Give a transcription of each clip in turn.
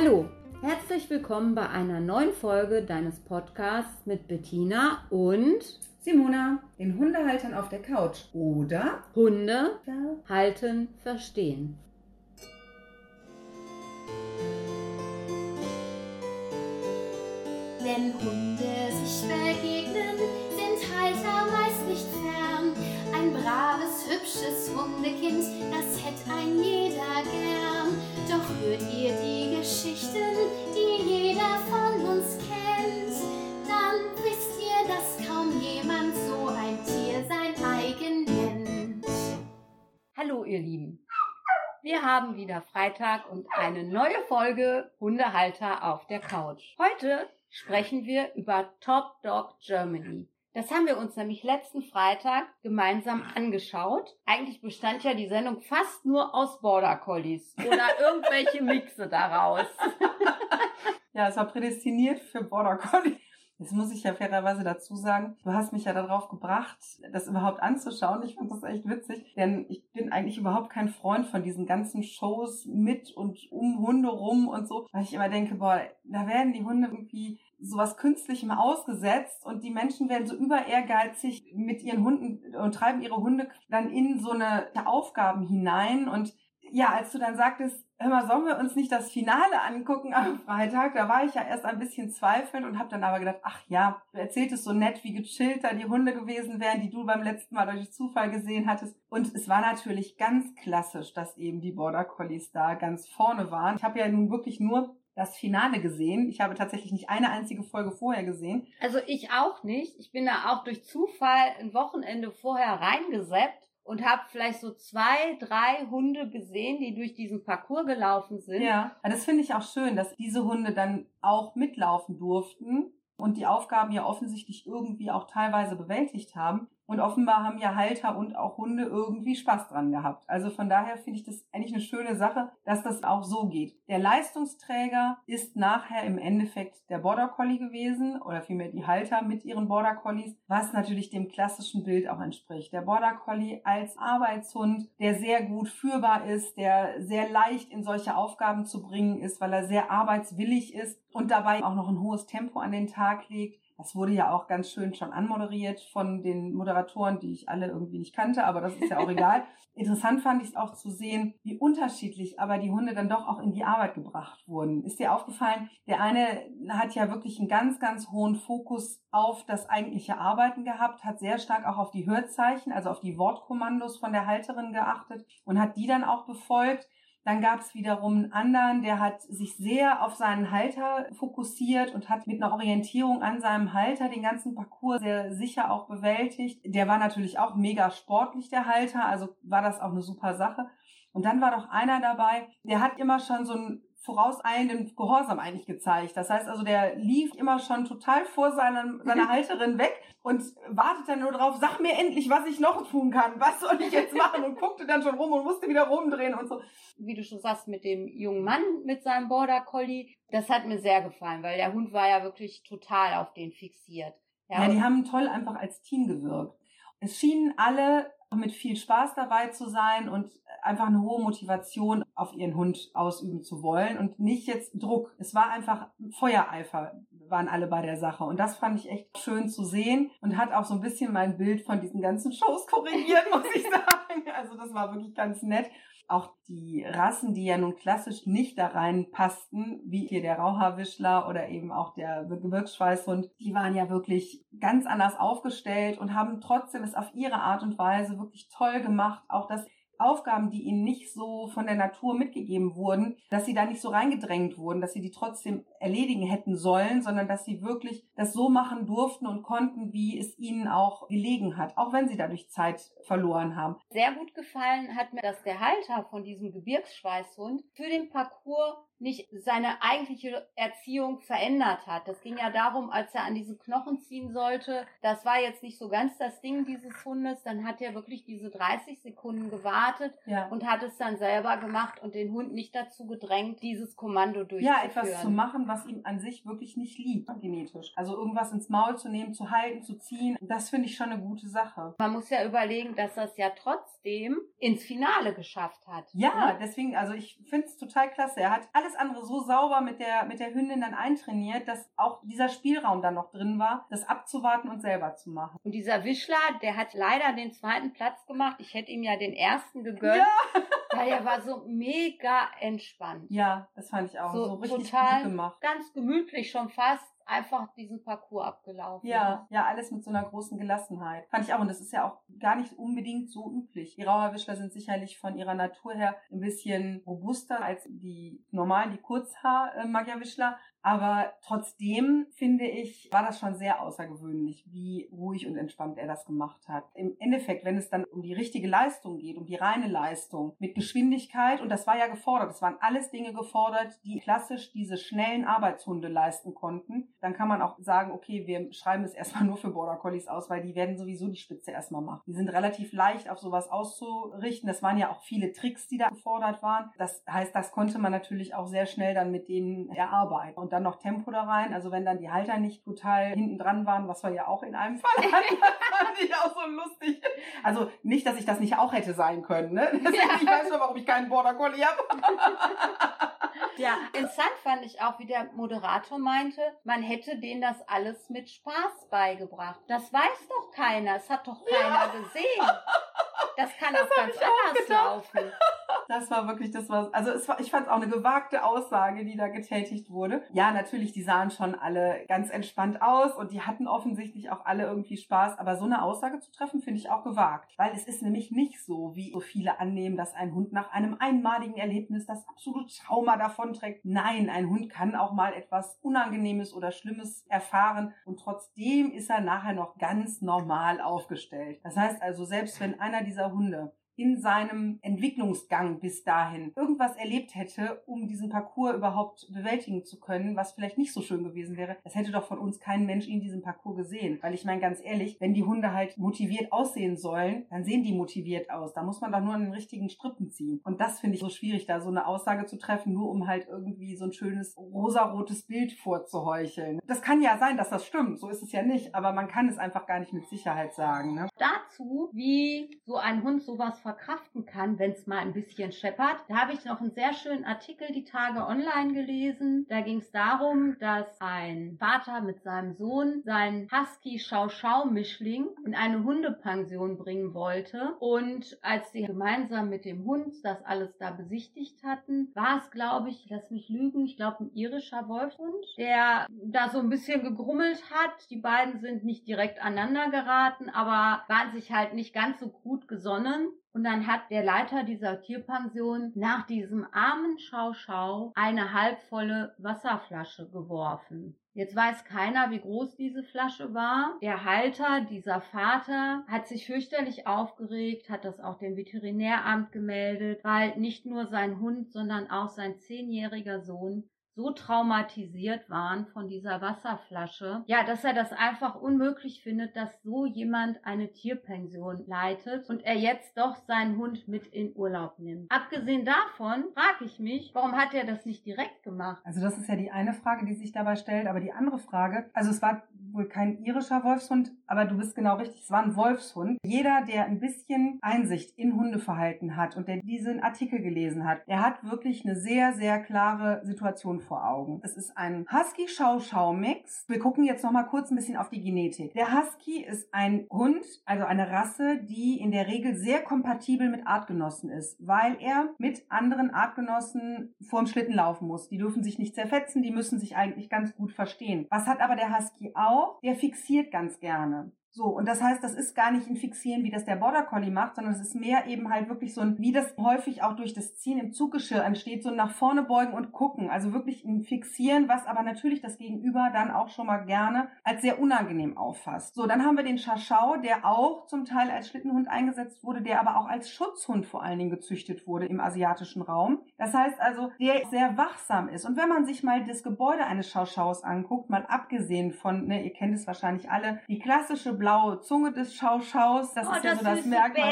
Hallo, herzlich willkommen bei einer neuen Folge deines Podcasts mit Bettina und Simona, den Hundehaltern auf der Couch oder Hunde halten, verstehen. Wenn Hunde sich begegnen, sind Halter meist nicht fern. Ein braves, hübsches Hundekind, das hätt ein jeder gern. Doch hört ihr die Geschichten, die jeder von uns kennt, dann wisst ihr, dass kaum jemand so ein Tier sein eigen nennt. Hallo ihr Lieben, wir haben wieder Freitag und eine neue Folge Hundehalter auf der Couch. Heute sprechen wir über Top Dog Germany. Das haben wir uns nämlich letzten Freitag gemeinsam angeschaut. Eigentlich bestand ja die Sendung fast nur aus Border Collies oder irgendwelche Mixe daraus. Ja, es war prädestiniert für Border Collie. Jetzt muss ich ja fairerweise dazu sagen, du hast mich ja darauf gebracht, das überhaupt anzuschauen. Ich fand das echt witzig, denn ich bin eigentlich überhaupt kein Freund von diesen ganzen Shows mit und um Hunde rum und so, weil ich immer denke, boah, da werden die Hunde irgendwie sowas Künstlichem ausgesetzt und die Menschen werden so über ehrgeizig mit ihren Hunden und treiben ihre Hunde dann in so eine Aufgaben hinein. Und ja, als du dann sagtest, hör mal, sollen wir uns nicht das Finale angucken am Freitag? Da war ich ja erst ein bisschen zweifelnd und habe dann aber gedacht, ach ja, du erzähltest so nett, wie gechillt da die Hunde gewesen wären, die du beim letzten Mal durch Zufall gesehen hattest. Und es war natürlich ganz klassisch, dass eben die Border Collies da ganz vorne waren. Ich habe ja nun wirklich nur das Finale gesehen. Ich habe tatsächlich nicht eine einzige Folge vorher gesehen. Also ich auch nicht. Ich bin da auch durch Zufall ein Wochenende vorher reingesappt und habe vielleicht so 2, 3 Hunde gesehen, die durch diesen Parcours gelaufen sind. Ja, das finde ich auch schön, dass diese Hunde dann auch mitlaufen durften und die Aufgaben ja offensichtlich irgendwie auch teilweise bewältigt haben. Und offenbar haben ja Halter und auch Hunde irgendwie Spaß dran gehabt. Also von daher finde ich das eigentlich eine schöne Sache, dass das auch so geht. Der Leistungsträger ist nachher im Endeffekt der Border Collie gewesen oder vielmehr die Halter mit ihren Border Collies, was natürlich dem klassischen Bild auch entspricht. Der Border Collie als Arbeitshund, der sehr gut führbar ist, der sehr leicht in solche Aufgaben zu bringen ist, weil er sehr arbeitswillig ist und dabei auch noch ein hohes Tempo an den Tag legt. Das wurde ja auch ganz schön schon anmoderiert von den Moderatoren, die ich alle irgendwie nicht kannte, aber das ist ja auch egal. Interessant fand ich es auch zu sehen, wie unterschiedlich aber die Hunde dann doch auch in die Arbeit gebracht wurden. Ist dir aufgefallen, der eine hat ja wirklich einen ganz, ganz hohen Fokus auf das eigentliche Arbeiten gehabt, hat sehr stark auch auf die Hörzeichen, also auf die Wortkommandos von der Halterin geachtet und hat die dann auch befolgt. Dann gab es wiederum einen anderen, der hat sich sehr auf seinen Halter fokussiert und hat mit einer Orientierung an seinem Halter den ganzen Parcours sehr sicher auch bewältigt. Der war natürlich auch mega sportlich, der Halter, also war das auch eine super Sache. Und dann war doch einer dabei, der hat immer schon so einen vorauseilenden Gehorsam eigentlich gezeigt. Das heißt also, der lief immer schon total vor seiner Halterin weg und wartet dann nur drauf, sag mir endlich, was ich noch tun kann. Was soll ich jetzt machen? Und guckte dann schon rum und musste wieder rumdrehen und so. Wie du schon sagst, mit dem jungen Mann mit seinem Border Collie, das hat mir sehr gefallen, weil der Hund war ja wirklich total auf den fixiert. Ja, die haben toll einfach als Team gewirkt. Es schienen alle mit viel Spaß dabei zu sein und einfach eine hohe Motivation auf ihren Hund ausüben zu wollen und nicht jetzt Druck. Es war einfach Feuereifer, waren alle bei der Sache und das fand ich echt schön zu sehen und hat auch so ein bisschen mein Bild von diesen ganzen Shows korrigiert, muss ich sagen. Also das war wirklich ganz nett. Auch die Rassen, die ja nun klassisch nicht da reinpassten, wie hier der Rauhaarwischler oder eben auch der Gebirgsschweißhund, die waren ja wirklich ganz anders aufgestellt und haben trotzdem es auf ihre Art und Weise wirklich toll gemacht. Auch das Aufgaben, die ihnen nicht so von der Natur mitgegeben wurden, dass sie da nicht so reingedrängt wurden, dass sie die trotzdem erledigen hätten sollen, sondern dass sie wirklich das so machen durften und konnten, wie es ihnen auch gelegen hat, auch wenn sie dadurch Zeit verloren haben. Sehr gut gefallen hat mir, dass der Halter von diesem Gebirgsschweißhund für den Parcours nicht seine eigentliche Erziehung verändert hat. Das ging ja darum, als er an diese Knochen ziehen sollte, das war jetzt nicht so ganz das Ding dieses Hundes, dann hat er wirklich diese 30 Sekunden gewartet und hat es dann selber gemacht und den Hund nicht dazu gedrängt, dieses Kommando durchzuführen. Ja, etwas zu machen, was ihm an sich wirklich nicht liegt, genetisch. Also irgendwas ins Maul zu nehmen, zu halten, zu ziehen, das finde ich schon eine gute Sache. Man muss ja überlegen, dass er es ja trotzdem ins Finale geschafft hat. Ja, deswegen, also ich finde es total klasse. Er hat alle alles andere so sauber mit der Hündin dann eintrainiert, dass auch dieser Spielraum dann noch drin war, das abzuwarten und selber zu machen. Und dieser Wischler, der hat leider den 2. Platz gemacht. Ich hätte ihm ja den 1. gegönnt, weil er war so mega entspannt. Ja, das fand ich auch so richtig total gut gemacht. Ganz gemütlich schon fast einfach diesen Parcours abgelaufen. Ja, alles mit so einer großen Gelassenheit. Fand ich auch. Und das ist ja auch gar nicht unbedingt so üblich. Die Rauhaarwischler sind sicherlich von ihrer Natur her ein bisschen robuster als die normalen, die Kurzhaar-Magyarwischler. Aber trotzdem, finde ich, war das schon sehr außergewöhnlich, wie ruhig und entspannt er das gemacht hat. Im Endeffekt, wenn es dann um die richtige Leistung geht, um die reine Leistung mit Geschwindigkeit, und das war ja gefordert, es waren alles Dinge gefordert, die klassisch diese schnellen Arbeitshunde leisten konnten, dann kann man auch sagen, okay, wir schreiben es erstmal nur für Border Collies aus, weil die werden sowieso die Spitze erstmal machen. Die sind relativ leicht auf sowas auszurichten. Das waren ja auch viele Tricks, die da gefordert waren. Das heißt, das konnte man natürlich auch sehr schnell dann mit denen erarbeiten. Und dann noch Tempo da rein. Also wenn dann die Halter nicht total hinten dran waren, was wir ja auch in einem Fall hatten, fand ich auch so lustig. Also nicht, dass ich das nicht auch hätte sein können, ne? Ich weiß schon, warum ich keinen Border Collie habe. Ja, interessant fand ich auch, wie der Moderator meinte, man hätte denen das alles mit Spaß beigebracht. Das weiß doch keiner, es hat doch keiner gesehen. Das kann auch ganz anders laufen. Das war wirklich, ich fand es auch eine gewagte Aussage, die da getätigt wurde. Ja, natürlich, die sahen schon alle ganz entspannt aus und die hatten offensichtlich auch alle irgendwie Spaß. Aber so eine Aussage zu treffen, finde ich auch gewagt. Weil es ist nämlich nicht so, wie so viele annehmen, dass ein Hund nach einem einmaligen Erlebnis das absolute Trauma davonträgt. Nein, ein Hund kann auch mal etwas Unangenehmes oder Schlimmes erfahren und trotzdem ist er nachher noch ganz normal aufgestellt. Das heißt also, selbst wenn einer dieser Hunde in seinem Entwicklungsgang bis dahin irgendwas erlebt hätte, um diesen Parcours überhaupt bewältigen zu können, was vielleicht nicht so schön gewesen wäre, das hätte doch von uns kein Mensch in diesem Parcours gesehen. Weil ich meine, ganz ehrlich, wenn die Hunde halt motiviert aussehen sollen, dann sehen die motiviert aus. Da muss man doch nur an den richtigen Strippen ziehen. Und das finde ich so schwierig, da so eine Aussage zu treffen, nur um halt irgendwie so ein schönes rosarotes Bild vorzuheucheln. Das kann ja sein, dass das stimmt, so ist es ja nicht, aber man kann es einfach gar nicht mit Sicherheit sagen. Ne? Dazu, wie so ein Hund sowas verkraften kann, wenn es mal ein bisschen scheppert. Da habe ich noch einen sehr schönen Artikel die Tage online gelesen. Da ging es darum, dass ein Vater mit seinem Sohn seinen Husky Schau-Schau-Mischling in eine Hundepension bringen wollte. Und als sie gemeinsam mit dem Hund das alles da besichtigt hatten, war es, glaube ich, lass mich lügen, ich glaube ein irischer Wolfshund, der da so ein bisschen gegrummelt hat. Die beiden sind nicht direkt aneinander geraten, aber waren sich halt nicht ganz so gut gesonnen. Und dann hat der Leiter dieser Tierpension nach diesem armen Schau-Schau eine halbvolle Wasserflasche geworfen. Jetzt weiß keiner, wie groß diese Flasche war. Der Halter, dieser Vater, hat sich fürchterlich aufgeregt, hat das auch dem Veterinäramt gemeldet, weil nicht nur sein Hund, sondern auch sein 10-jähriger Sohn so traumatisiert waren von dieser Wasserflasche, ja, dass er das einfach unmöglich findet, dass so jemand eine Tierpension leitet und er jetzt doch seinen Hund mit in Urlaub nimmt. Abgesehen davon frage ich mich, warum hat er das nicht direkt gemacht? Also das ist ja die eine Frage, die sich dabei stellt, aber die andere Frage, also es war wohl kein irischer Wolfshund, aber du bist genau richtig, es war ein Wolfshund. Jeder, der ein bisschen Einsicht in Hundeverhalten hat und der diesen Artikel gelesen hat, der hat wirklich eine sehr, sehr klare Situation vor Augen. Es ist ein Husky-Schau-Schau-Mix. Wir gucken jetzt noch mal kurz ein bisschen auf die Genetik. Der Husky ist ein Hund, also eine Rasse, die in der Regel sehr kompatibel mit Artgenossen ist, weil er mit anderen Artgenossen vorm Schlitten laufen muss. Die dürfen sich nicht zerfetzen, die müssen sich eigentlich ganz gut verstehen. Was hat aber der Husky auch? Der fixiert ganz gerne. So, und das heißt, das ist gar nicht ein Fixieren, wie das der Border Collie macht, sondern es ist mehr eben halt wirklich so ein, wie das häufig auch durch das Ziehen im Zuggeschirr entsteht, so ein nach vorne beugen und gucken. Also wirklich ein Fixieren, was aber natürlich das Gegenüber dann auch schon mal gerne als sehr unangenehm auffasst. So, dann haben wir den Schau-Schau, der auch zum Teil als Schlittenhund eingesetzt wurde, der aber auch als Schutzhund vor allen Dingen gezüchtet wurde im asiatischen Raum. Das heißt also, der sehr wachsam ist. Und wenn man sich mal das Gebäude eines Schau-Schaus anguckt, mal abgesehen von, ihr kennt es wahrscheinlich alle, die klassische blaue Zunge des Schau-Schaus. Das ist ja so das Merkmal.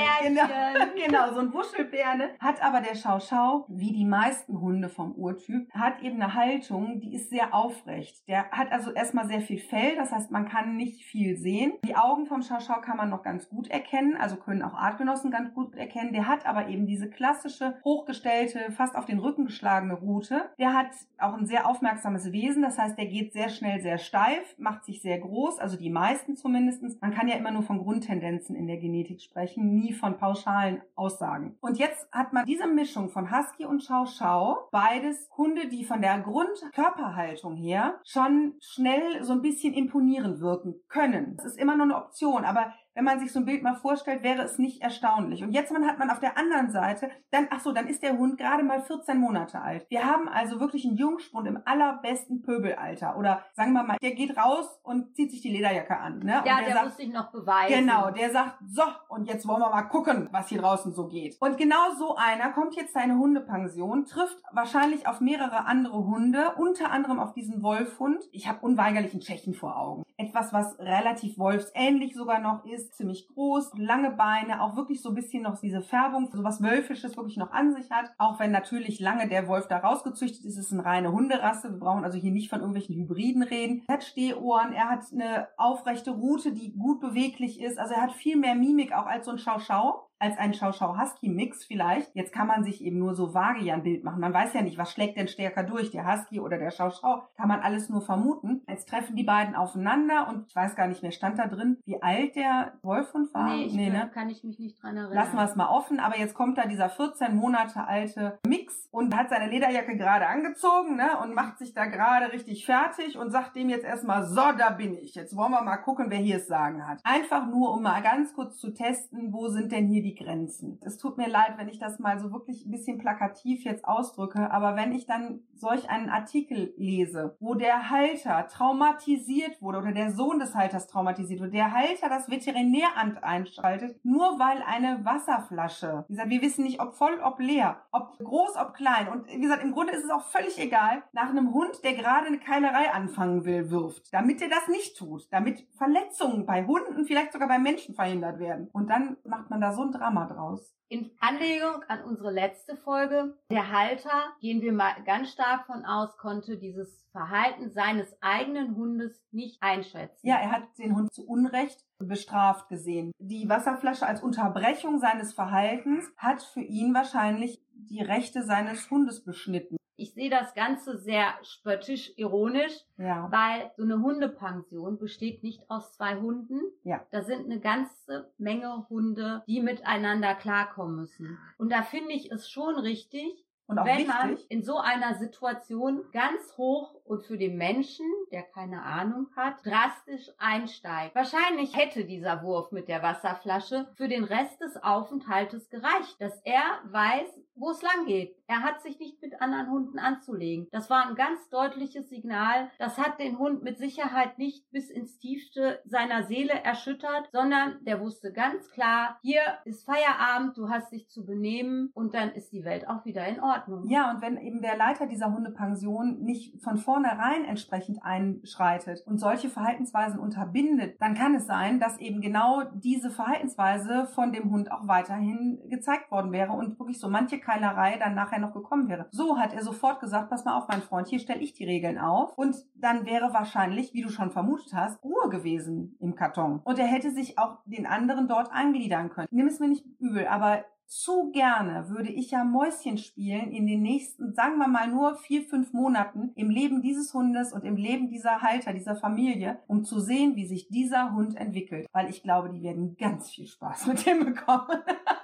Genau, so ein Wuschelbär. Ne? Hat aber der Schau-Schau, wie die meisten Hunde vom Urtyp, hat eben eine Haltung, die ist sehr aufrecht. Der hat also erstmal sehr viel Fell, das heißt, man kann nicht viel sehen. Die Augen vom Schau-Schau kann man noch ganz gut erkennen, also können auch Artgenossen ganz gut erkennen. Der hat aber eben diese klassische, hochgestellte, fast auf den Rücken geschlagene Rute. Der hat auch ein sehr aufmerksames Wesen, das heißt, der geht sehr schnell, sehr steif, macht sich sehr groß, also die meisten zumindest. Man kann ja immer nur von Grundtendenzen in der Genetik sprechen, nie von pauschalen Aussagen. Und jetzt hat man diese Mischung von Husky und Schau-Schau, beides Hunde, die von der Grundkörperhaltung her schon schnell so ein bisschen imponierend wirken können. Das ist immer nur eine Option, aber wenn man sich so ein Bild mal vorstellt, wäre es nicht erstaunlich. Und jetzt hat man auf der anderen Seite, dann ist der Hund gerade mal 14 Monate alt. Wir haben also wirklich einen Jungspund im allerbesten Pöbelalter. Oder sagen wir mal, der geht raus und zieht sich die Lederjacke an. Ne? Ja, der muss sich noch beweisen. Genau, der sagt, so, und jetzt wollen wir mal gucken, was hier draußen so geht. Und genau so einer kommt jetzt seine Hundepension, trifft wahrscheinlich auf mehrere andere Hunde, unter anderem auf diesen Wolfhund. Ich habe unweigerlich einen Tschechen vor Augen. Etwas, was relativ wolfsähnlich sogar noch ist, ziemlich groß, lange Beine, auch wirklich so ein bisschen noch diese Färbung, so was Wölfisches wirklich noch an sich hat. Auch wenn natürlich lange der Wolf da rausgezüchtet ist, ist es eine reine Hunderasse. Wir brauchen also hier nicht von irgendwelchen Hybriden reden. Er hat Stehohren, er hat eine aufrechte Rute, die gut beweglich ist. Also er hat viel mehr Mimik auch als so ein Schau-Schau. Als ein Schau-Schau-Husky-Mix vielleicht. Jetzt kann man sich eben nur so vage ja ein Bild machen. Man weiß ja nicht, was schlägt denn stärker durch, der Husky oder der Schau-Schau. Kann man alles nur vermuten. Jetzt treffen die beiden aufeinander und ich weiß gar nicht mehr, stand da drin, wie alt der Wolfhund war? Nee, ne? Kann ich mich nicht dran erinnern. Lassen wir es mal offen, aber jetzt kommt da dieser 14 Monate alte Mix und hat seine Lederjacke gerade angezogen, ne, und macht sich da gerade richtig fertig und sagt dem jetzt erstmal, so, da bin ich. Jetzt wollen wir mal gucken, wer hier es sagen hat. Einfach nur, um mal ganz kurz zu testen, wo sind denn hier die Grenzen. Es tut mir leid, wenn ich das mal so wirklich ein bisschen plakativ jetzt ausdrücke, aber wenn ich dann solch einen Artikel lese, wo der Halter traumatisiert wurde oder der Sohn des Halters traumatisiert wurde, der Halter das Veterinäramt einschaltet, nur weil eine Wasserflasche, wie gesagt, wir wissen nicht, ob voll, ob leer, ob groß, ob klein und wie gesagt, im Grunde ist es auch völlig egal, nach einem Hund, der gerade eine Keilerei anfangen will, wirft, damit er das nicht tut, damit Verletzungen bei Hunden, vielleicht sogar bei Menschen verhindert werden. Und dann macht man da so ein Drama draus. In Anlehnung an unsere letzte Folge, der Halter, gehen wir mal ganz stark von aus, konnte dieses Verhalten seines eigenen Hundes nicht einschätzen. Ja, er hat den Hund zu Unrecht bestraft gesehen. Die Wasserflasche als Unterbrechung seines Verhaltens hat für ihn wahrscheinlich die Rechte seines Hundes beschnitten. Ich sehe das Ganze sehr spöttisch, ironisch, ja, weil so eine Hundepension besteht nicht aus 2 Hunden. Ja. Da sind eine ganze Menge Hunde, die miteinander klarkommen müssen. Und da finde ich es schon richtig, und auch wenn wichtig, man in so einer Situation ganz hoch und für den Menschen, der keine Ahnung hat, drastisch einsteigt. Wahrscheinlich hätte dieser Wurf mit der Wasserflasche für den Rest des Aufenthaltes gereicht, dass er weiß, wo es lang geht. Er hat sich nicht mit anderen Hunden anzulegen. Das war ein ganz deutliches Signal. Das hat den Hund mit Sicherheit nicht bis ins Tiefste seiner Seele erschüttert, sondern der wusste ganz klar, hier ist Feierabend, du hast dich zu benehmen und dann ist die Welt auch wieder in Ordnung. Ja, und wenn eben der Leiter dieser Hundepension nicht von vornherein entsprechend einschreitet und solche Verhaltensweisen unterbindet, dann kann es sein, dass eben genau diese Verhaltensweise von dem Hund auch weiterhin gezeigt worden wäre und wirklich so manche Keilerei dann nachher noch gekommen wäre. So hat er sofort gesagt, pass mal auf, mein Freund, hier stelle ich die Regeln auf und dann wäre wahrscheinlich, wie du schon vermutet hast, Ruhe gewesen im Karton. Und er hätte sich auch den anderen dort eingliedern können. Nimm es mir nicht übel, aber zu gerne würde ich ja Mäuschen spielen in den nächsten, sagen wir mal nur 4-5 Monaten im Leben dieses Hundes und im Leben dieser Halter, dieser Familie, um zu sehen, wie sich dieser Hund entwickelt. Weil ich glaube, die werden ganz viel Spaß mit dem bekommen.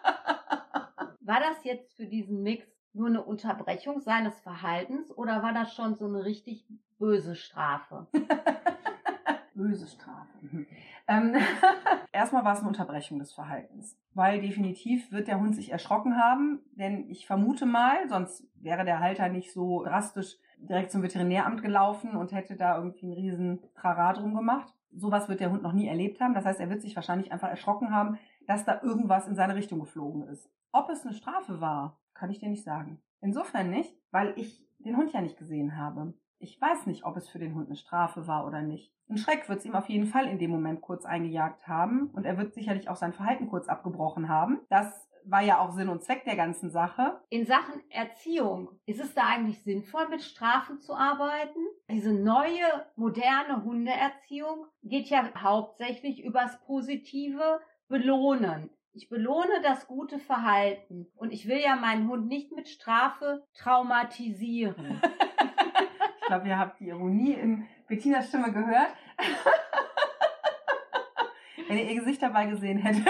War das jetzt für diesen Mix nur eine Unterbrechung seines Verhaltens oder war das schon so eine richtig böse Strafe? Böse Strafe. Erstmal war es eine Unterbrechung des Verhaltens, weil definitiv wird der Hund sich erschrocken haben, denn ich vermute mal, sonst wäre der Halter nicht so drastisch direkt zum Veterinäramt gelaufen und hätte da irgendwie einen riesen Trara drum gemacht. Sowas wird der Hund noch nie erlebt haben, das heißt, er wird sich wahrscheinlich einfach erschrocken haben, dass da irgendwas in seine Richtung geflogen ist. Ob es eine Strafe war, kann ich dir nicht sagen. Insofern nicht, weil ich den Hund ja nicht gesehen habe. Ich weiß nicht, ob es für den Hund eine Strafe war oder nicht. Ein Schreck wird es ihm auf jeden Fall in dem Moment kurz eingejagt haben und er wird sicherlich auch sein Verhalten kurz abgebrochen haben. Das war ja auch Sinn und Zweck der ganzen Sache. In Sachen Erziehung, ist es da eigentlich sinnvoll, mit Strafen zu arbeiten? Diese neue, moderne Hundeerziehung geht ja hauptsächlich übers positive Belohnen. Ich belohne das gute Verhalten und ich will ja meinen Hund nicht mit Strafe traumatisieren. Ich glaube, ihr habt die Ironie in Bettinas Stimme gehört. Wenn ihr ihr Gesicht dabei gesehen hättet,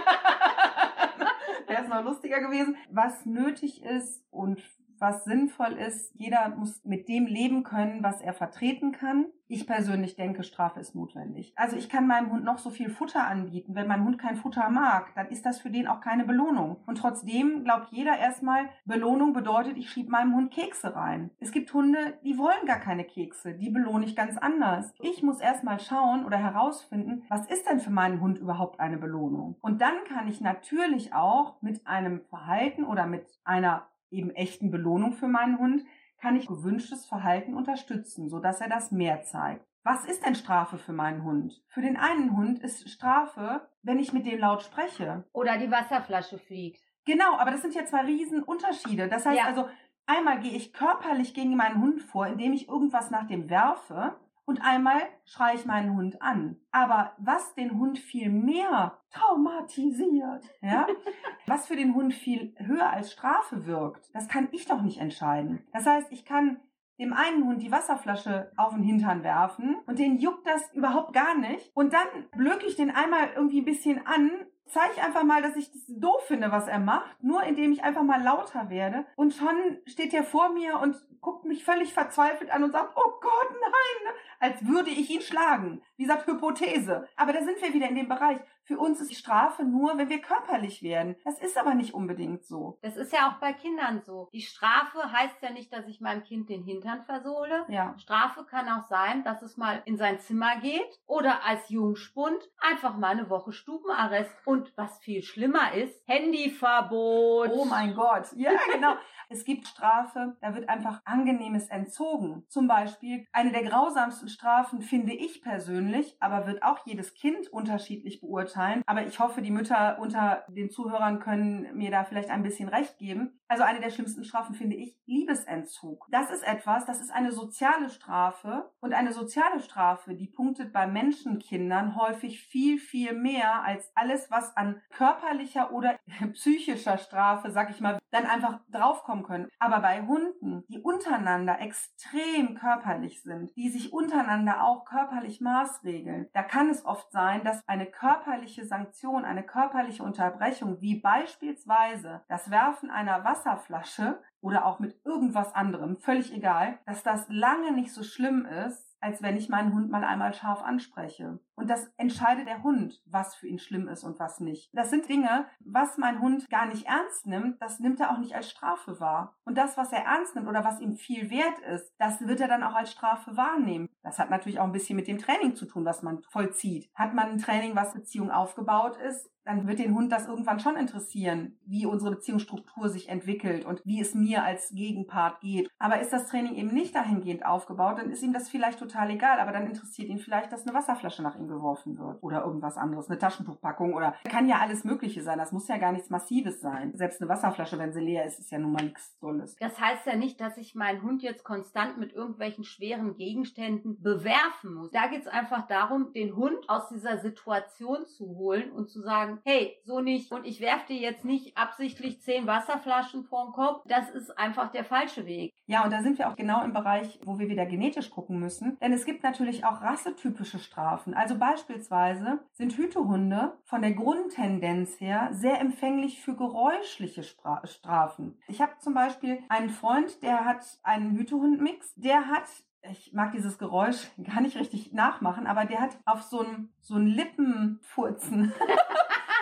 wäre es noch lustiger gewesen. Was nötig ist und was sinnvoll ist, jeder muss mit dem leben können, was er vertreten kann. Ich persönlich denke, Strafe ist notwendig. Also ich kann meinem Hund noch so viel Futter anbieten. Wenn mein Hund kein Futter mag, dann ist das für den auch keine Belohnung. Und trotzdem glaubt jeder erstmal, Belohnung bedeutet, ich schiebe meinem Hund Kekse rein. Es gibt Hunde, die wollen gar keine Kekse. Die belohne ich ganz anders. Ich muss erstmal schauen oder herausfinden, was ist denn für meinen Hund überhaupt eine Belohnung? Und dann kann ich natürlich auch mit einem Verhalten oder mit einer eben echten Belohnung für meinen Hund, kann ich gewünschtes Verhalten unterstützen, sodass er das mehr zeigt. Was ist denn Strafe für meinen Hund? Für den einen Hund ist Strafe, wenn ich mit dem laut spreche. Oder die Wasserflasche fliegt. Genau, aber das sind ja zwei Riesenunterschiede. Das heißt also, einmal gehe ich körperlich gegen meinen Hund vor, indem ich irgendwas nach dem werfe. Und einmal schreie ich meinen Hund an. Aber was den Hund viel mehr traumatisiert, ja, was für den Hund viel höher als Strafe wirkt, das kann ich doch nicht entscheiden. Das heißt, ich kann dem einen Hund die Wasserflasche auf den Hintern werfen und den juckt das überhaupt gar nicht. Und dann blöke ich den einmal irgendwie ein bisschen an, zeige einfach mal, dass ich das doof finde, was er macht, nur indem ich einfach mal lauter werde. Und schon steht er vor mir und guckt mich völlig verzweifelt an und sagt, oh Gott, nein, als würde ich ihn schlagen. Wie gesagt, Hypothese. Aber da sind wir wieder in dem Bereich. Für uns ist die Strafe nur, wenn wir körperlich werden. Das ist aber nicht unbedingt so. Das ist ja auch bei Kindern so. Die Strafe heißt ja nicht, dass ich meinem Kind den Hintern versohle. Ja. Strafe kann auch sein, dass es mal in sein Zimmer geht oder als Jungspund einfach mal eine Woche Stubenarrest. Und was viel schlimmer ist, Handyverbot. Oh mein Gott. Ja, genau. Es gibt Strafe, da wird einfach Angenehmes entzogen. Zum Beispiel eine der grausamsten Strafen, finde ich persönlich, aber wird auch jedes Kind unterschiedlich beurteilen. Aber ich hoffe, die Mütter unter den Zuhörern können mir da vielleicht ein bisschen recht geben. Also eine der schlimmsten Strafen finde ich Liebesentzug. Das ist etwas, das ist eine soziale Strafe. Und eine soziale Strafe, die punktet bei Menschenkindern häufig viel, viel mehr als alles, was an körperlicher oder psychischer Strafe, sag ich mal, dann einfach draufkommen können. Aber bei Hunden, die untereinander extrem körperlich sind, die sich untereinander auch körperlich maßregeln, da kann es oft sein, dass eine körperliche Sanktion, eine körperliche Unterbrechung, wie beispielsweise das Werfen einer Wasserflasche oder auch mit irgendwas anderem, völlig egal, dass das lange nicht so schlimm ist, als wenn ich meinen Hund mal einmal scharf anspreche. Und das entscheidet der Hund, was für ihn schlimm ist und was nicht. Das sind Dinge, was mein Hund gar nicht ernst nimmt, das nimmt er auch nicht als Strafe wahr. Und das, was er ernst nimmt oder was ihm viel wert ist, das wird er dann auch als Strafe wahrnehmen. Das hat natürlich auch ein bisschen mit dem Training zu tun, was man vollzieht. Hat man ein Training, was Beziehung aufgebaut ist, dann wird den Hund das irgendwann schon interessieren, wie unsere Beziehungsstruktur sich entwickelt und wie es mir als Gegenpart geht. Aber ist das Training eben nicht dahingehend aufgebaut, dann ist ihm das vielleicht total egal, aber dann interessiert ihn vielleicht, dass eine Wasserflasche nach ihm geworfen wird oder irgendwas anderes, eine Taschentuchpackung oder kann ja alles Mögliche sein, das muss ja gar nichts Massives sein. Selbst eine Wasserflasche, wenn sie leer ist, ist ja nun mal nichts Tolles. Das heißt ja nicht, dass ich meinen Hund jetzt konstant mit irgendwelchen schweren Gegenständen bewerfen muss. Da geht es einfach darum, den Hund aus dieser Situation zu holen und zu sagen, hey, so nicht. Und ich werfe dir jetzt nicht absichtlich 10 Wasserflaschen vorm Kopf. Das ist einfach der falsche Weg. Ja, und da sind wir auch genau im Bereich, wo wir wieder genetisch gucken müssen. Denn es gibt natürlich auch rassetypische Strafen. Also beispielsweise sind Hütehunde von der Grundtendenz her sehr empfänglich für geräuschliche Strafen. Ich habe zum Beispiel einen Freund, der hat einen Hütehund-Mix. Der hat, ich mag dieses Geräusch gar nicht richtig nachmachen, aber der hat auf so ein Lippenfurzen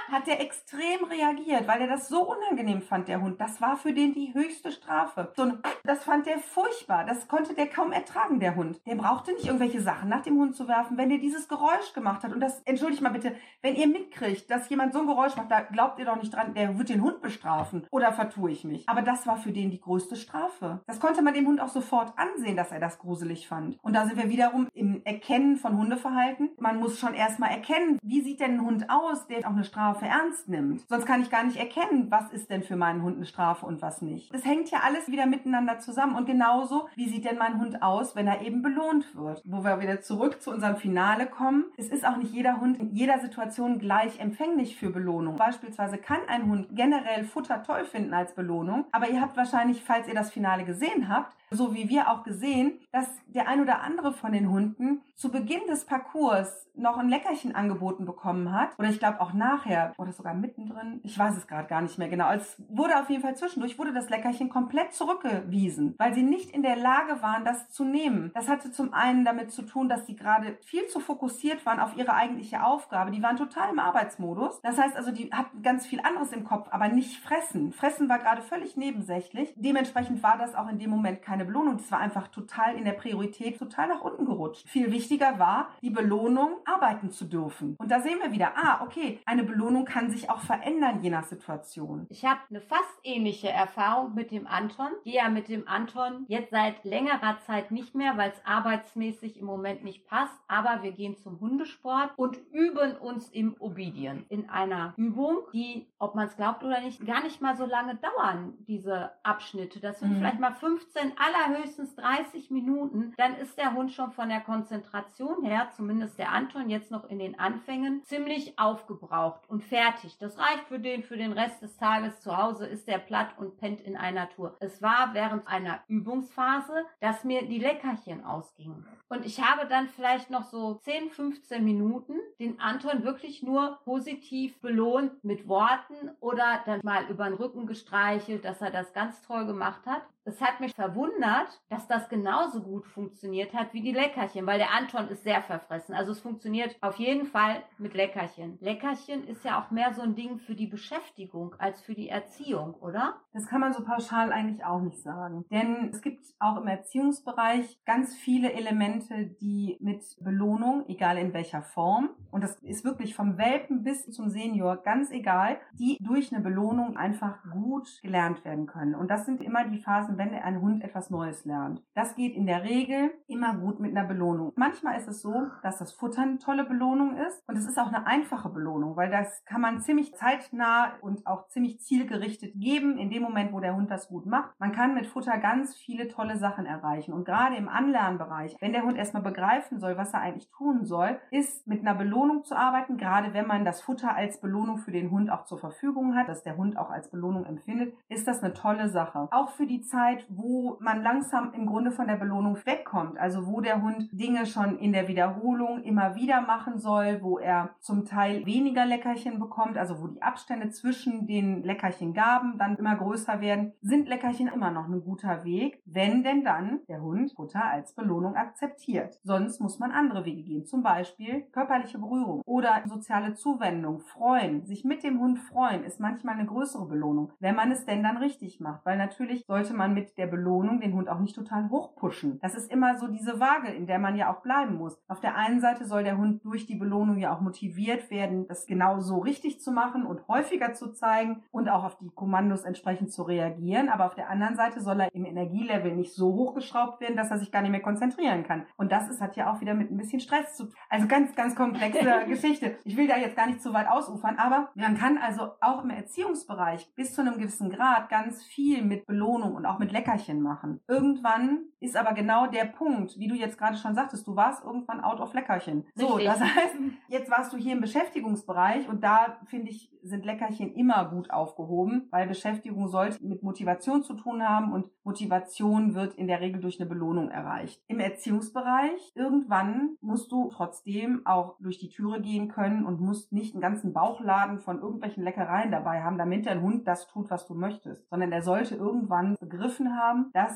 hat der extrem reagiert, weil er das so unangenehm fand, der Hund. Das war für den die höchste Strafe. Das fand der furchtbar. Das konnte der kaum ertragen, der Hund. Der brauchte nicht irgendwelche Sachen nach dem Hund zu werfen, wenn der dieses Geräusch gemacht hat. Und das, entschuldigt mal bitte, wenn ihr mitkriegt, dass jemand so ein Geräusch macht, da glaubt ihr doch nicht dran, der wird den Hund bestrafen. Oder vertue ich mich? Aber das war für den die größte Strafe. Das konnte man dem Hund auch sofort ansehen, dass er das gruselig fand. Und da sind wir wiederum im Erkennen von Hundeverhalten. Man muss schon erstmal erkennen, wie sieht denn ein Hund aus, der auch eine Strafe ernst nimmt. Sonst kann ich gar nicht erkennen, was ist denn für meinen Hund eine Strafe und was nicht. Das hängt ja alles wieder miteinander zusammen. Und genauso, wie sieht denn mein Hund aus, wenn er eben belohnt wird? Wo wir wieder zurück zu unserem Finale kommen. Es ist auch nicht jeder Hund in jeder Situation gleich empfänglich für Belohnung. Beispielsweise kann ein Hund generell Futter toll finden als Belohnung. Aber ihr habt wahrscheinlich, falls ihr das Finale gesehen habt, so wie wir auch gesehen, dass der ein oder andere von den Hunden zu Beginn des Parcours noch ein Leckerchen angeboten bekommen hat. Oder ich glaube auch nachher oder sogar mittendrin. Ich weiß es gerade gar nicht mehr genau. Es wurde auf jeden Fall zwischendurch, wurde das Leckerchen komplett zurückgewiesen, weil sie nicht in der Lage waren, das zu nehmen. Das hatte zum einen damit zu tun, dass sie gerade viel zu fokussiert waren auf ihre eigentliche Aufgabe. Die waren total im Arbeitsmodus. Das heißt also, die hatten ganz viel anderes im Kopf, aber nicht fressen. Fressen war gerade völlig nebensächlich. Dementsprechend war das auch in dem Moment keine Belohnung. Das war einfach total in der Priorität total nach unten gerutscht. Viel wichtiger war die Belohnung, arbeiten zu dürfen. Und da sehen wir wieder, okay, eine Belohnung kann sich auch verändern, je nach Situation. Ich habe eine fast ähnliche Erfahrung mit dem Anton. Ich gehe ja mit dem Anton jetzt seit längerer Zeit nicht mehr, weil es arbeitsmäßig im Moment nicht passt. Aber wir gehen zum Hundesport und üben uns im Obedient. In einer Übung, die, ob man es glaubt oder nicht, gar nicht mal so lange dauern, diese Abschnitte. Das sind vielleicht mal 15, allerhöchstens 30 Minuten. Dann ist der Hund schon von der Konzentration her, zumindest der Anton jetzt noch in den Anfängen, ziemlich aufgebraucht und fertig. Das reicht für den Rest des Tages. Zu Hause ist der platt und pennt in einer Tour. Es war während einer Übungsphase, dass mir die Leckerchen ausgingen. Und ich habe dann vielleicht noch so 10, 15 Minuten den Anton wirklich nur positiv belohnt mit Worten oder dann mal über den Rücken gestreichelt, dass er das ganz toll gemacht hat. Es hat mich verwundert, dass das genauso gut funktioniert hat wie die Leckerchen, weil der Anton ist sehr verfressen. Also es funktioniert auf jeden Fall mit Leckerchen. Leckerchen ist ja auch mehr so ein Ding für die Beschäftigung als für die Erziehung, oder? Das kann man so pauschal eigentlich auch nicht sagen. Denn es gibt auch im Erziehungsbereich ganz viele Elemente, die mit Belohnung, egal in welcher Form, und das ist wirklich vom Welpen bis zum Senior ganz egal, die durch eine Belohnung einfach gut gelernt werden können. Und das sind immer die Phasen, wenn ein Hund etwas Neues lernt. Das geht in der Regel immer gut mit einer Belohnung. Manchmal ist es so, dass das Futter eine tolle Belohnung ist und es ist auch eine einfache Belohnung, weil das kann man ziemlich zeitnah und auch ziemlich zielgerichtet geben, in dem Moment, wo der Hund das gut macht. Man kann mit Futter ganz viele tolle Sachen erreichen und gerade im Anlernbereich, wenn der Hund erstmal begreifen soll, was er eigentlich tun soll, ist mit einer Belohnung zu arbeiten, gerade wenn man das Futter als Belohnung für den Hund auch zur Verfügung hat, dass der Hund auch als Belohnung empfindet, ist das eine tolle Sache. Auch für die Zeit, wo man langsam im Grunde von der Belohnung wegkommt, also wo der Hund Dinge schon in der Wiederholung immer wieder machen soll, wo er zum Teil weniger Leckerchen bekommt, also wo die Abstände zwischen den Leckerchengaben dann immer größer werden, sind Leckerchen immer noch ein guter Weg, wenn denn dann der Hund Futter als Belohnung akzeptiert. Sonst muss man andere Wege gehen, zum Beispiel körperliche Berührung oder soziale Zuwendung, freuen. Sich mit dem Hund freuen ist manchmal eine größere Belohnung, wenn man es denn dann richtig macht, weil natürlich sollte man mit der Belohnung den Hund auch nicht total hochpushen. Das ist immer so diese Waage, in der man ja auch bleiben muss. Auf der einen Seite soll der Hund durch die Belohnung ja auch motiviert werden, das genau so richtig zu machen und häufiger zu zeigen und auch auf die Kommandos entsprechend zu reagieren. Aber auf der anderen Seite soll er im Energielevel nicht so hochgeschraubt werden, dass er sich gar nicht mehr konzentrieren kann. Und das hat ja auch wieder mit ein bisschen Stress zu tun. Also ganz, ganz komplexe Geschichte. Ich will da jetzt gar nicht zu weit ausufern, aber man kann also auch im Erziehungsbereich bis zu einem gewissen Grad ganz viel mit Belohnung und auch mit Leckerchen machen. Irgendwann ist aber genau der Punkt, wie du jetzt gerade schon sagtest, du warst irgendwann out of Leckerchen. So, das heißt, jetzt warst du hier im Beschäftigungsbereich und da, finde ich, sind Leckerchen immer gut aufgehoben, weil Beschäftigung sollte mit Motivation zu tun haben und Motivation wird in der Regel durch eine Belohnung erreicht. Im Erziehungsbereich, irgendwann musst du trotzdem auch durch die Türe gehen können und musst nicht einen ganzen Bauchladen von irgendwelchen Leckereien dabei haben, damit dein Hund das tut, was du möchtest, sondern er sollte irgendwann begriffen haben, dass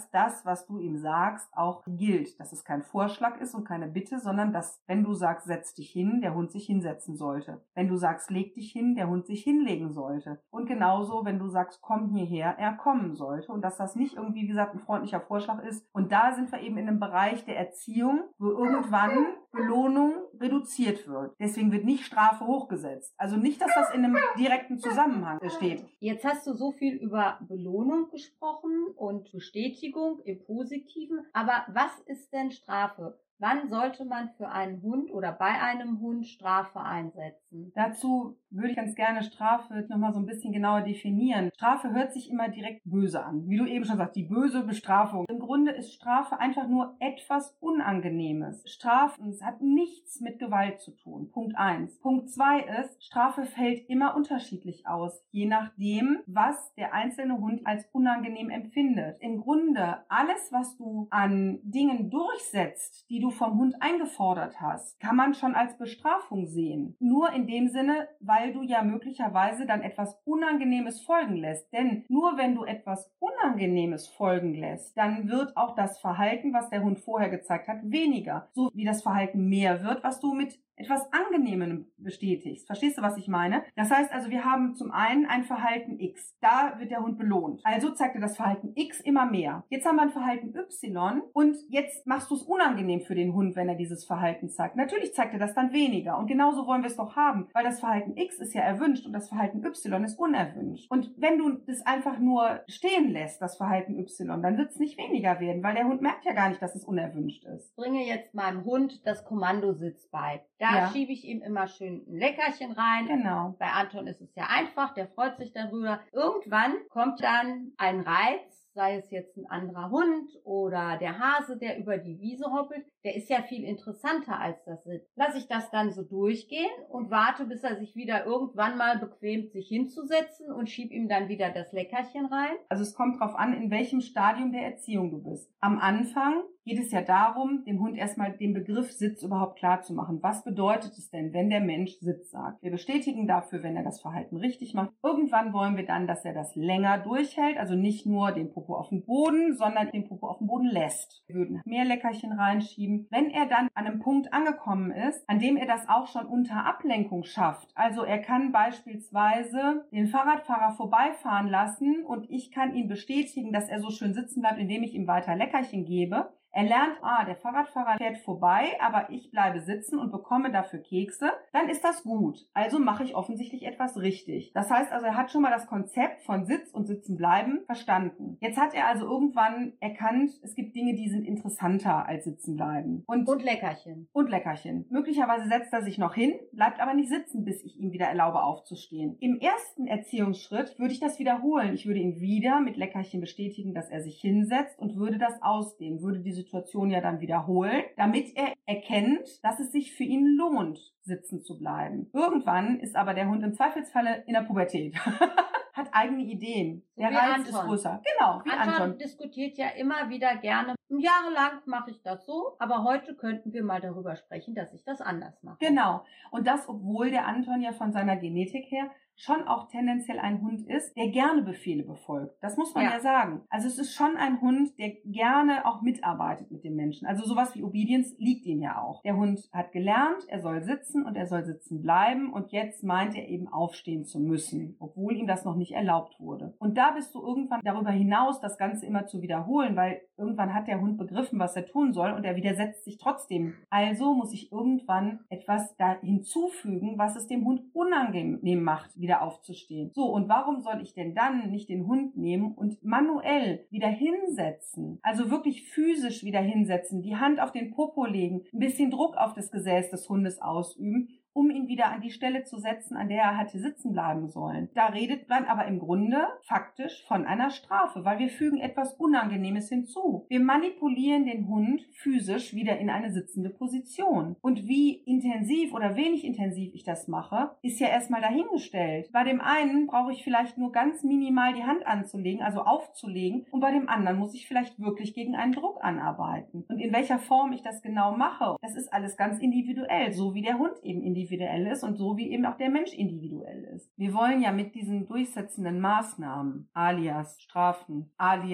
dass das, was du ihm sagst, auch gilt. Dass es kein Vorschlag ist und keine Bitte, sondern dass, wenn du sagst, setz dich hin, der Hund sich hinsetzen sollte. Wenn du sagst, leg dich hin, der Hund sich hinlegen sollte. Und genauso, wenn du sagst, komm hierher, er kommen sollte. Und dass das nicht irgendwie, wie gesagt, ein freundlicher Vorschlag ist. Und da sind wir eben in einem Bereich der Erziehung, wo irgendwann Belohnung reduziert wird. Deswegen wird nicht Strafe hochgesetzt. Also nicht, dass das in einem direkten Zusammenhang steht. Jetzt hast du so viel über Belohnung gesprochen und Bestätigung im Positiven. Aber was ist denn Strafe? Wann sollte man für einen Hund oder bei einem Hund Strafe einsetzen? Dazu würde ich ganz gerne Strafe nochmal so ein bisschen genauer definieren. Strafe hört sich immer direkt böse an. Wie du eben schon sagst, die böse Bestrafung. Im Grunde ist Strafe einfach nur etwas Unangenehmes. Strafen hat nichts mit Gewalt zu tun. Punkt 1. Punkt 2 ist, Strafe fällt immer unterschiedlich aus, je nachdem, was der einzelne Hund als unangenehm empfindet. Im Grunde, alles, was du an Dingen durchsetzt, die du vom Hund eingefordert hast, kann man schon als Bestrafung sehen. Nur in dem Sinne, weil du ja möglicherweise dann etwas Unangenehmes folgen lässt. Denn nur wenn du etwas Unangenehmes folgen lässt, dann wird auch das Verhalten, was der Hund vorher gezeigt hat, weniger. So wie das Verhalten mehr wird, was du mit etwas Angenehmem bestätigst. Verstehst du, was ich meine? Das heißt also, wir haben zum einen ein Verhalten X. Da wird der Hund belohnt. Also zeigt er das Verhalten X immer mehr. Jetzt haben wir ein Verhalten Y und jetzt machst du es unangenehm für den Hund, wenn er dieses Verhalten zeigt. Natürlich zeigt er das dann weniger. Und genauso wollen wir es doch haben, weil das Verhalten X ist ja erwünscht und das Verhalten Y ist unerwünscht. Und wenn du das einfach nur stehen lässt, das Verhalten Y, dann wird es nicht weniger werden, weil der Hund merkt ja gar nicht, dass es unerwünscht ist. Ich bringe jetzt meinem Hund das Kommandositz bei. Da schiebe ich ihm immer schön ein Leckerchen rein. Genau. Bei Anton ist es ja einfach, der freut sich darüber. Irgendwann kommt dann ein Reiz, sei es jetzt ein anderer Hund oder der Hase, der über die Wiese hoppelt. Der ist ja viel interessanter als das Sitz. Lasse ich das dann so durchgehen und warte, bis er sich wieder irgendwann mal bequemt, sich hinzusetzen und schieb ihm dann wieder das Leckerchen rein. Also es kommt drauf an, in welchem Stadium der Erziehung du bist. Am Anfang geht es ja darum, dem Hund erstmal den Begriff Sitz überhaupt klar zu machen. Was bedeutet es denn, wenn der Mensch Sitz sagt? Wir bestätigen dafür, wenn er das Verhalten richtig macht. Irgendwann wollen wir dann, dass er das länger durchhält, also nicht nur den Popo auf den Boden, sondern den Popo auf den Boden lässt. Wir würden mehr Leckerchen reinschieben. Wenn er dann an einem Punkt angekommen ist, an dem er das auch schon unter Ablenkung schafft, also er kann beispielsweise den Fahrradfahrer vorbeifahren lassen und ich kann ihn bestätigen, dass er so schön sitzen bleibt, indem ich ihm weiter Leckerchen gebe. Er lernt, der Fahrradfahrer fährt vorbei, aber ich bleibe sitzen und bekomme dafür Kekse, dann ist das gut. Also mache ich offensichtlich etwas richtig. Das heißt also, er hat schon mal das Konzept von Sitz und Sitzen bleiben verstanden. Jetzt hat er also irgendwann erkannt, es gibt Dinge, die sind interessanter als Sitzen bleiben. Und Leckerchen. Und Leckerchen. Möglicherweise setzt er sich noch hin, bleibt aber nicht sitzen, bis ich ihm wieder erlaube aufzustehen. Im ersten Erziehungsschritt würde ich das wiederholen. Ich würde ihn wieder mit Leckerchen bestätigen, dass er sich hinsetzt und würde das ausdehnen, würde die Situation ja dann wiederholen, damit er erkennt, dass es sich für ihn lohnt, sitzen zu bleiben. Irgendwann ist aber der Hund im Zweifelsfalle in der Pubertät. Hat eigene Ideen. Der Reiz ist größer. Genau, wie Anton. Diskutiert ja immer wieder gerne. Jahrelang mache ich das so, aber heute könnten wir mal darüber sprechen, dass ich das anders mache. Genau. Und das, obwohl der Anton ja von seiner Genetik her schon auch tendenziell ein Hund ist, der gerne Befehle befolgt. Das muss man ja sagen. Also es ist schon ein Hund, der gerne auch mitarbeitet mit dem Menschen. Also sowas wie Obedience liegt ihm ja auch. Der Hund hat gelernt, er soll sitzen und er soll sitzen bleiben und jetzt meint er eben aufstehen zu müssen, obwohl ihm das noch nicht erlaubt wurde. Und da bist du irgendwann darüber hinaus, das Ganze immer zu wiederholen, weil irgendwann hat der Hund begriffen, was er tun soll und er widersetzt sich trotzdem. Also muss ich irgendwann etwas da hinzufügen, was es dem Hund unangenehm macht, wieder aufzustehen. So, und warum soll ich denn dann nicht den Hund nehmen und manuell wieder hinsetzen? Also wirklich physisch wieder hinsetzen, die Hand auf den Popo legen, ein bisschen Druck auf das Gesäß des Hundes ausüben, um ihn wieder an die Stelle zu setzen, an der er hatte sitzen bleiben sollen. Da redet man aber im Grunde faktisch von einer Strafe, weil wir fügen etwas Unangenehmes hinzu. Wir manipulieren den Hund physisch wieder in eine sitzende Position. Und wie intensiv oder wenig intensiv ich das mache, ist ja erstmal dahingestellt. Bei dem einen brauche ich vielleicht nur ganz minimal die Hand anzulegen, also aufzulegen, und bei dem anderen muss ich vielleicht wirklich gegen einen Druck anarbeiten. Und in welcher Form ich das genau mache, das ist alles ganz individuell, so wie der Hund eben individuell ist und so wie eben auch der Mensch individuell ist. Wir wollen ja mit diesen durchsetzenden Maßnahmen, alias Strafen, alias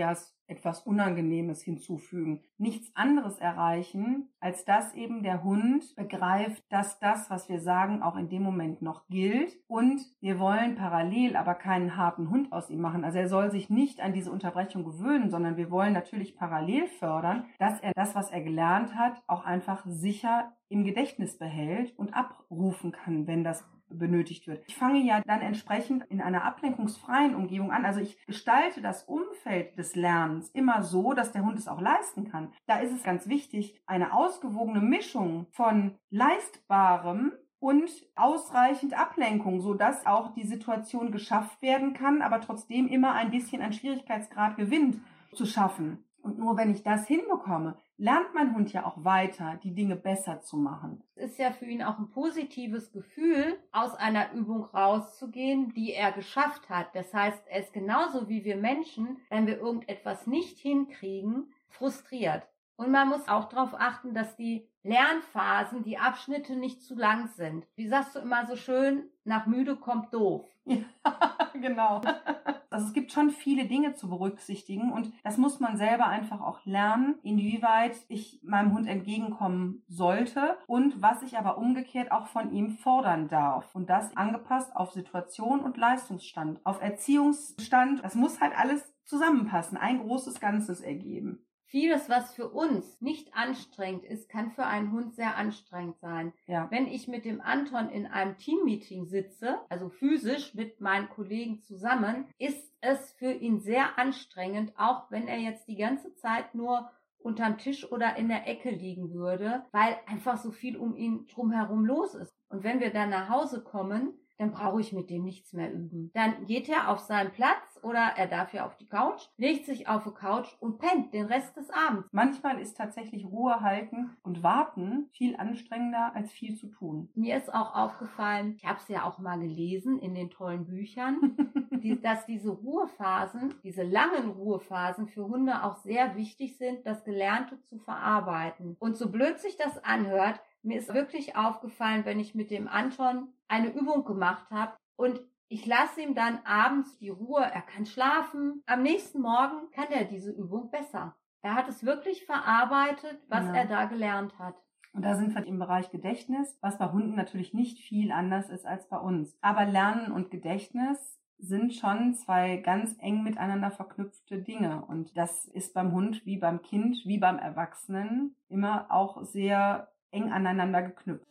etwas Unangenehmes hinzufügen. Nichts anderes erreichen, als dass eben der Hund begreift, dass das, was wir sagen, auch in dem Moment noch gilt. Und wir wollen parallel aber keinen harten Hund aus ihm machen. Also er soll sich nicht an diese Unterbrechung gewöhnen, sondern wir wollen natürlich parallel fördern, dass er das, was er gelernt hat, auch einfach sicher im Gedächtnis behält und abrufen kann, wenn das benötigt wird. Ich fange ja dann entsprechend in einer ablenkungsfreien Umgebung an. Also ich gestalte das Umfeld des Lernens immer so, dass der Hund es auch leisten kann. Da ist es ganz wichtig, eine ausgewogene Mischung von Leistbarem und ausreichend Ablenkung, sodass auch die Situation geschafft werden kann, aber trotzdem immer ein bisschen an Schwierigkeitsgrad gewinnt, zu schaffen. Und nur wenn ich das hinbekomme, lernt mein Hund ja auch weiter, die Dinge besser zu machen. Es ist ja für ihn auch ein positives Gefühl, aus einer Übung rauszugehen, die er geschafft hat. Das heißt, er ist genauso wie wir Menschen, wenn wir irgendetwas nicht hinkriegen, frustriert. Und man muss auch darauf achten, dass die Lernphasen, die Abschnitte nicht zu lang sind. Wie sagst du immer so schön, nach müde kommt doof. Ja, genau. Also es gibt schon viele Dinge zu berücksichtigen und das muss man selber einfach auch lernen, inwieweit ich meinem Hund entgegenkommen sollte und was ich aber umgekehrt auch von ihm fordern darf. Und das angepasst auf Situation und Leistungsstand, auf Erziehungsstand. Das muss halt alles zusammenpassen, ein großes Ganzes ergeben. Vieles, was für uns nicht anstrengend ist, kann für einen Hund sehr anstrengend sein. Ja. Wenn ich mit dem Anton in einem Teammeeting sitze, also physisch mit meinen Kollegen zusammen, ist es für ihn sehr anstrengend, auch wenn er jetzt die ganze Zeit nur unterm Tisch oder in der Ecke liegen würde, weil einfach so viel um ihn drumherum los ist. Und wenn wir dann nach Hause kommen, dann brauche ich mit dem nichts mehr üben. Dann geht er auf seinen Platz oder er darf ja auf die Couch, legt sich auf die Couch und pennt den Rest des Abends. Manchmal ist tatsächlich Ruhe halten und warten viel anstrengender als viel zu tun. Mir ist auch aufgefallen, ich habe es ja auch mal gelesen in den tollen Büchern, dass diese Ruhephasen, diese langen Ruhephasen für Hunde auch sehr wichtig sind, das Gelernte zu verarbeiten. Und so blöd sich das anhört, mir ist wirklich aufgefallen, wenn ich mit dem Anton eine Übung gemacht habe und ich lasse ihm dann abends die Ruhe, er kann schlafen. Am nächsten Morgen kann er diese Übung besser. Er hat es wirklich verarbeitet, was er da gelernt hat. Und da sind wir im Bereich Gedächtnis, was bei Hunden natürlich nicht viel anders ist als bei uns. Aber Lernen und Gedächtnis sind schon zwei ganz eng miteinander verknüpfte Dinge. Und das ist beim Hund wie beim Kind, wie beim Erwachsenen immer auch sehr eng aneinander geknüpft.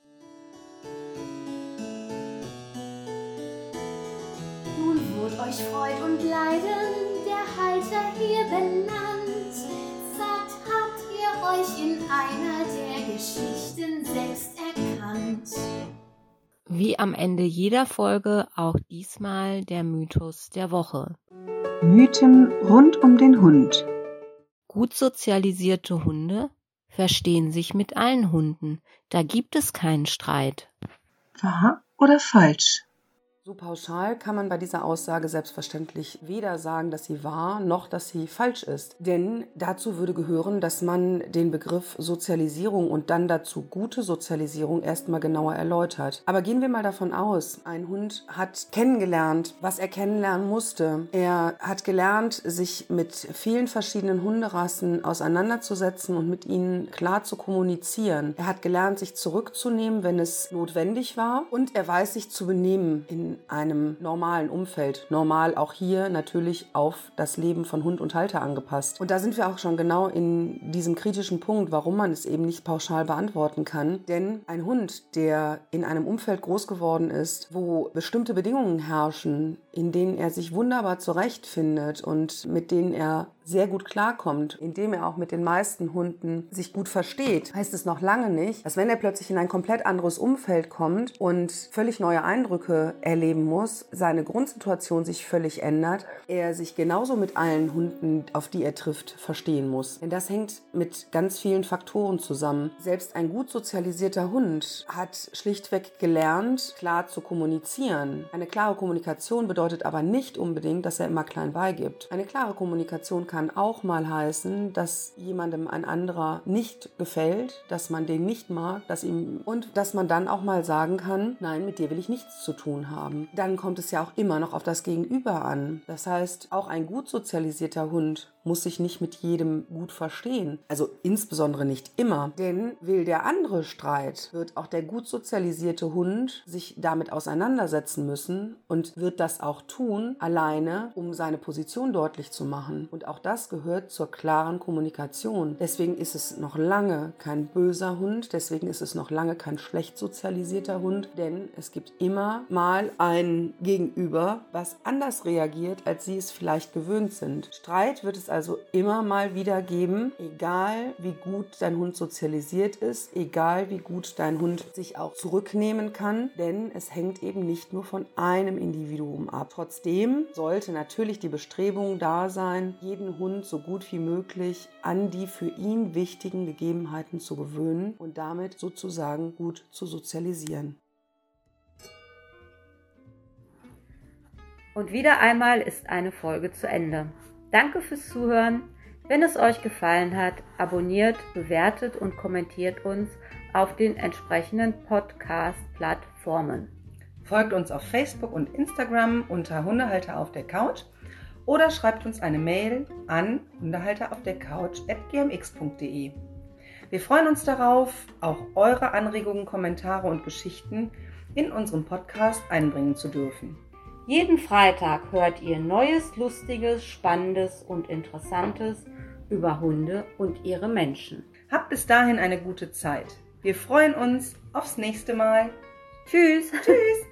Nun wohl euch Freud und Leiden, der Halter hier benannt. Sagt, habt ihr euch in einer der Geschichten selbst erkannt? Wie am Ende jeder Folge auch diesmal der Mythos der Woche. Mythen rund um den Hund. Gut sozialisierte Hunde verstehen sich mit allen Hunden. Da gibt es keinen Streit. Wahr oder falsch? So pauschal kann man bei dieser Aussage selbstverständlich weder sagen, dass sie wahr, noch dass sie falsch ist. Denn dazu würde gehören, dass man den Begriff Sozialisierung und dann dazu gute Sozialisierung erstmal genauer erläutert. Aber gehen wir mal davon aus, ein Hund hat kennengelernt, was er kennenlernen musste. Er hat gelernt, sich mit vielen verschiedenen Hunderassen auseinanderzusetzen und mit ihnen klar zu kommunizieren. Er hat gelernt, sich zurückzunehmen, wenn es notwendig war. Und er weiß sich zu benehmen in einem normalen Umfeld. Normal auch hier natürlich auf das Leben von Hund und Halter angepasst. Und da sind wir auch schon genau in diesem kritischen Punkt, warum man es eben nicht pauschal beantworten kann. Denn ein Hund, der in einem Umfeld groß geworden ist, wo bestimmte Bedingungen herrschen, in denen er sich wunderbar zurechtfindet und mit denen er sehr gut klarkommt, indem er auch mit den meisten Hunden sich gut versteht, heißt es noch lange nicht, dass wenn er plötzlich in ein komplett anderes Umfeld kommt und völlig neue Eindrücke erleben muss, seine Grundsituation sich völlig ändert, er sich genauso mit allen Hunden, auf die er trifft, verstehen muss. Denn das hängt mit ganz vielen Faktoren zusammen. Selbst ein gut sozialisierter Hund hat schlichtweg gelernt, klar zu kommunizieren. Eine klare Kommunikation bedeutet aber nicht unbedingt, dass er immer klein beigibt. Eine klare Kommunikation kann auch mal heißen, dass jemandem ein anderer nicht gefällt, dass man den nicht mag, und dass man dann auch mal sagen kann, nein, mit dir will ich nichts zu tun haben. haben. Dann kommt es ja auch immer noch auf das Gegenüber an. Das heißt, auch ein gut sozialisierter Hund muss sich nicht mit jedem gut verstehen. Also insbesondere nicht immer. Denn will der andere Streit, wird auch der gut sozialisierte Hund sich damit auseinandersetzen müssen und wird das auch tun, alleine, um seine Position deutlich zu machen. Und auch das gehört zur klaren Kommunikation. Deswegen ist es noch lange kein böser Hund, deswegen ist es noch lange kein schlecht sozialisierter Hund, denn es gibt immer mal ein Gegenüber, was anders reagiert, als sie es vielleicht gewöhnt sind. Streit wird es also immer mal wieder geben, egal wie gut dein Hund sozialisiert ist, egal wie gut dein Hund sich auch zurücknehmen kann, denn es hängt eben nicht nur von einem Individuum ab. Trotzdem sollte natürlich die Bestrebung da sein, jeden Hund so gut wie möglich an die für ihn wichtigen Gegebenheiten zu gewöhnen und damit sozusagen gut zu sozialisieren. Und wieder einmal ist eine Folge zu Ende. Danke fürs Zuhören. Wenn es euch gefallen hat, abonniert, bewertet und kommentiert uns auf den entsprechenden Podcast-Plattformen. Folgt uns auf Facebook und Instagram unter Hundehalter auf der Couch oder schreibt uns eine Mail an hundehalteraufdercouch@gmx.de. Wir freuen uns darauf, auch eure Anregungen, Kommentare und Geschichten in unserem Podcast einbringen zu dürfen. Jeden Freitag hört ihr Neues, Lustiges, Spannendes und Interessantes über Hunde und ihre Menschen. Habt bis dahin eine gute Zeit. Wir freuen uns aufs nächste Mal. Tschüss! Tschüss!